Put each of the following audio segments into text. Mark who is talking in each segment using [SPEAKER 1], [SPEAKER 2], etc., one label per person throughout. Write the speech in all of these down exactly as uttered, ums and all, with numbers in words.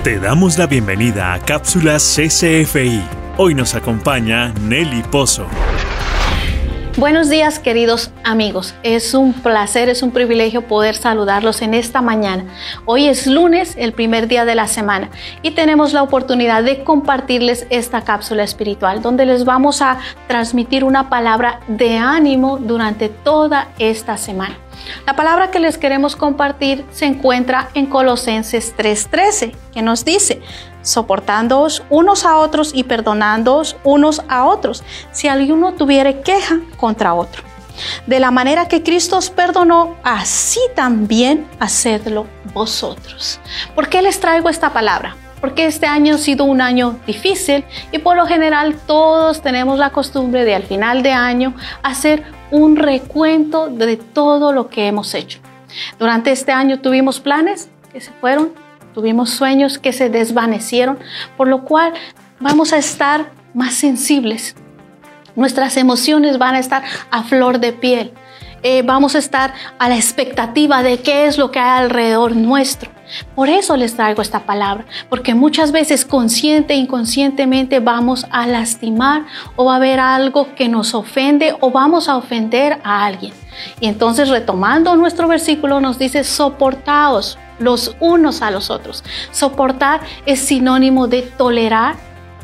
[SPEAKER 1] Te damos la bienvenida a Cápsulas C C F I. Hoy nos acompaña Nelly Pozo.
[SPEAKER 2] Buenos días, queridos amigos. Es un placer, es un privilegio poder saludarlos en esta mañana. Hoy es lunes, el primer día de la semana, y tenemos la oportunidad de compartirles esta cápsula espiritual, donde les vamos a transmitir una palabra de ánimo durante toda esta semana. La palabra que les queremos compartir se encuentra en Colosenses tres trece, que nos dice: soportándoos unos a otros y perdonándoos unos a otros, si alguno tuviere queja contra otro. De la manera que Cristo os perdonó, así también hacedlo vosotros. ¿Por qué les traigo esta palabra? Porque este año ha sido un año difícil y por lo general todos tenemos la costumbre de al final de año hacer un recuento de todo lo que hemos hecho. Durante este año tuvimos planes que se fueron, tuvimos sueños que se desvanecieron, por lo cual vamos a estar más sensibles. Nuestras emociones van a estar a flor de piel. Eh, vamos a estar a la expectativa de qué es lo que hay alrededor nuestro. Por eso les traigo esta palabra, porque muchas veces consciente e inconscientemente vamos a lastimar o va a haber algo que nos ofende o vamos a ofender a alguien. Y entonces, retomando nuestro versículo, nos dice: soportaos los unos a los otros. Soportar es sinónimo de tolerar,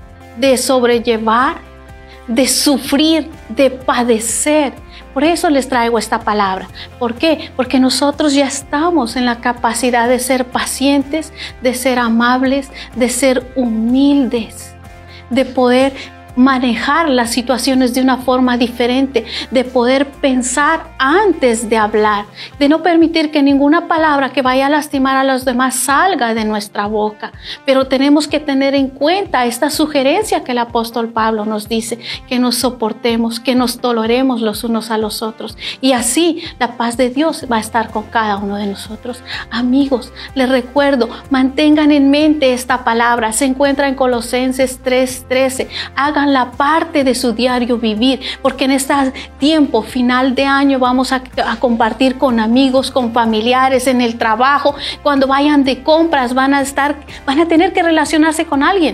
[SPEAKER 2] de sobrellevar, de sufrir, de padecer. Por eso les traigo esta palabra. ¿Por qué? Porque nosotros ya estamos en la capacidad de ser pacientes, de ser amables, de ser humildes, de poder manejar las situaciones de una forma diferente, de poder pensar antes de hablar, de no permitir que ninguna palabra que vaya a lastimar a los demás salga de nuestra boca. Pero tenemos que tener en cuenta esta sugerencia que el apóstol Pablo nos dice, que nos soportemos, que nos toleremos los unos a los otros, y así la paz de Dios va a estar con cada uno de nosotros. Amigos, les recuerdo, mantengan en mente esta palabra, se encuentra en Colosenses tres trece. Hagan la parte de su diario vivir, porque en este tiempo final de año vamos a, a compartir con amigos, con familiares, en el trabajo. Cuando vayan de compras van a estar, van a tener que relacionarse con alguien.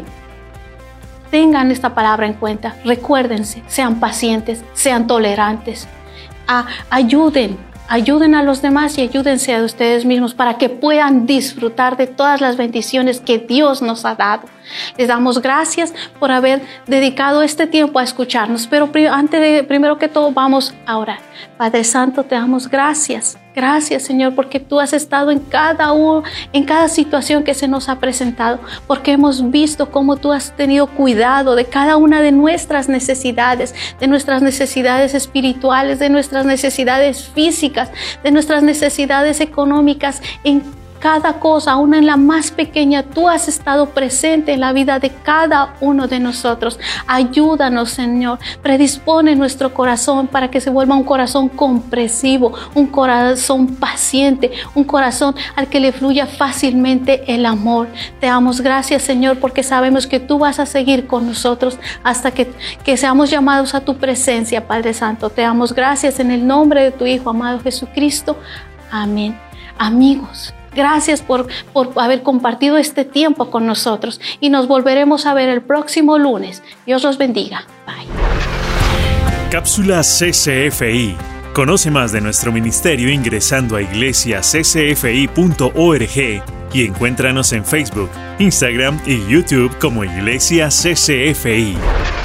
[SPEAKER 2] Tengan esta palabra en cuenta, recuérdense, sean pacientes, sean tolerantes, a, ayuden. Ayuden a los demás y ayúdense a ustedes mismos para que puedan disfrutar de todas las bendiciones que Dios nos ha dado. Les damos gracias por haber dedicado este tiempo a escucharnos, pero antes de, primero que todo vamos a orar. Padre Santo, te damos gracias. Gracias, Señor, porque tú has estado en cada uno, en cada situación que se nos ha presentado, porque hemos visto cómo tú has tenido cuidado de cada una de nuestras necesidades, de nuestras necesidades espirituales, de nuestras necesidades físicas, de nuestras necesidades económicas. En cada cosa, aún en la más pequeña, tú has estado presente en la vida de cada uno de nosotros. Ayúdanos, Señor. Predispone nuestro corazón para que se vuelva un corazón comprensivo, un corazón paciente, un corazón al que le fluya fácilmente el amor. Te damos gracias, Señor, porque sabemos que tú vas a seguir con nosotros hasta que, que seamos llamados a tu presencia, Padre Santo. Te damos gracias en el nombre de tu Hijo amado Jesucristo. Amén. Amigos, gracias por, por haber compartido este tiempo con nosotros y nos volveremos a ver el próximo lunes. Dios los bendiga. Bye.
[SPEAKER 1] Cápsula C C F I. Conoce más de nuestro ministerio ingresando a iglesia c c f i punto org y encuéntranos en Facebook, Instagram y YouTube como Iglesia C C F I.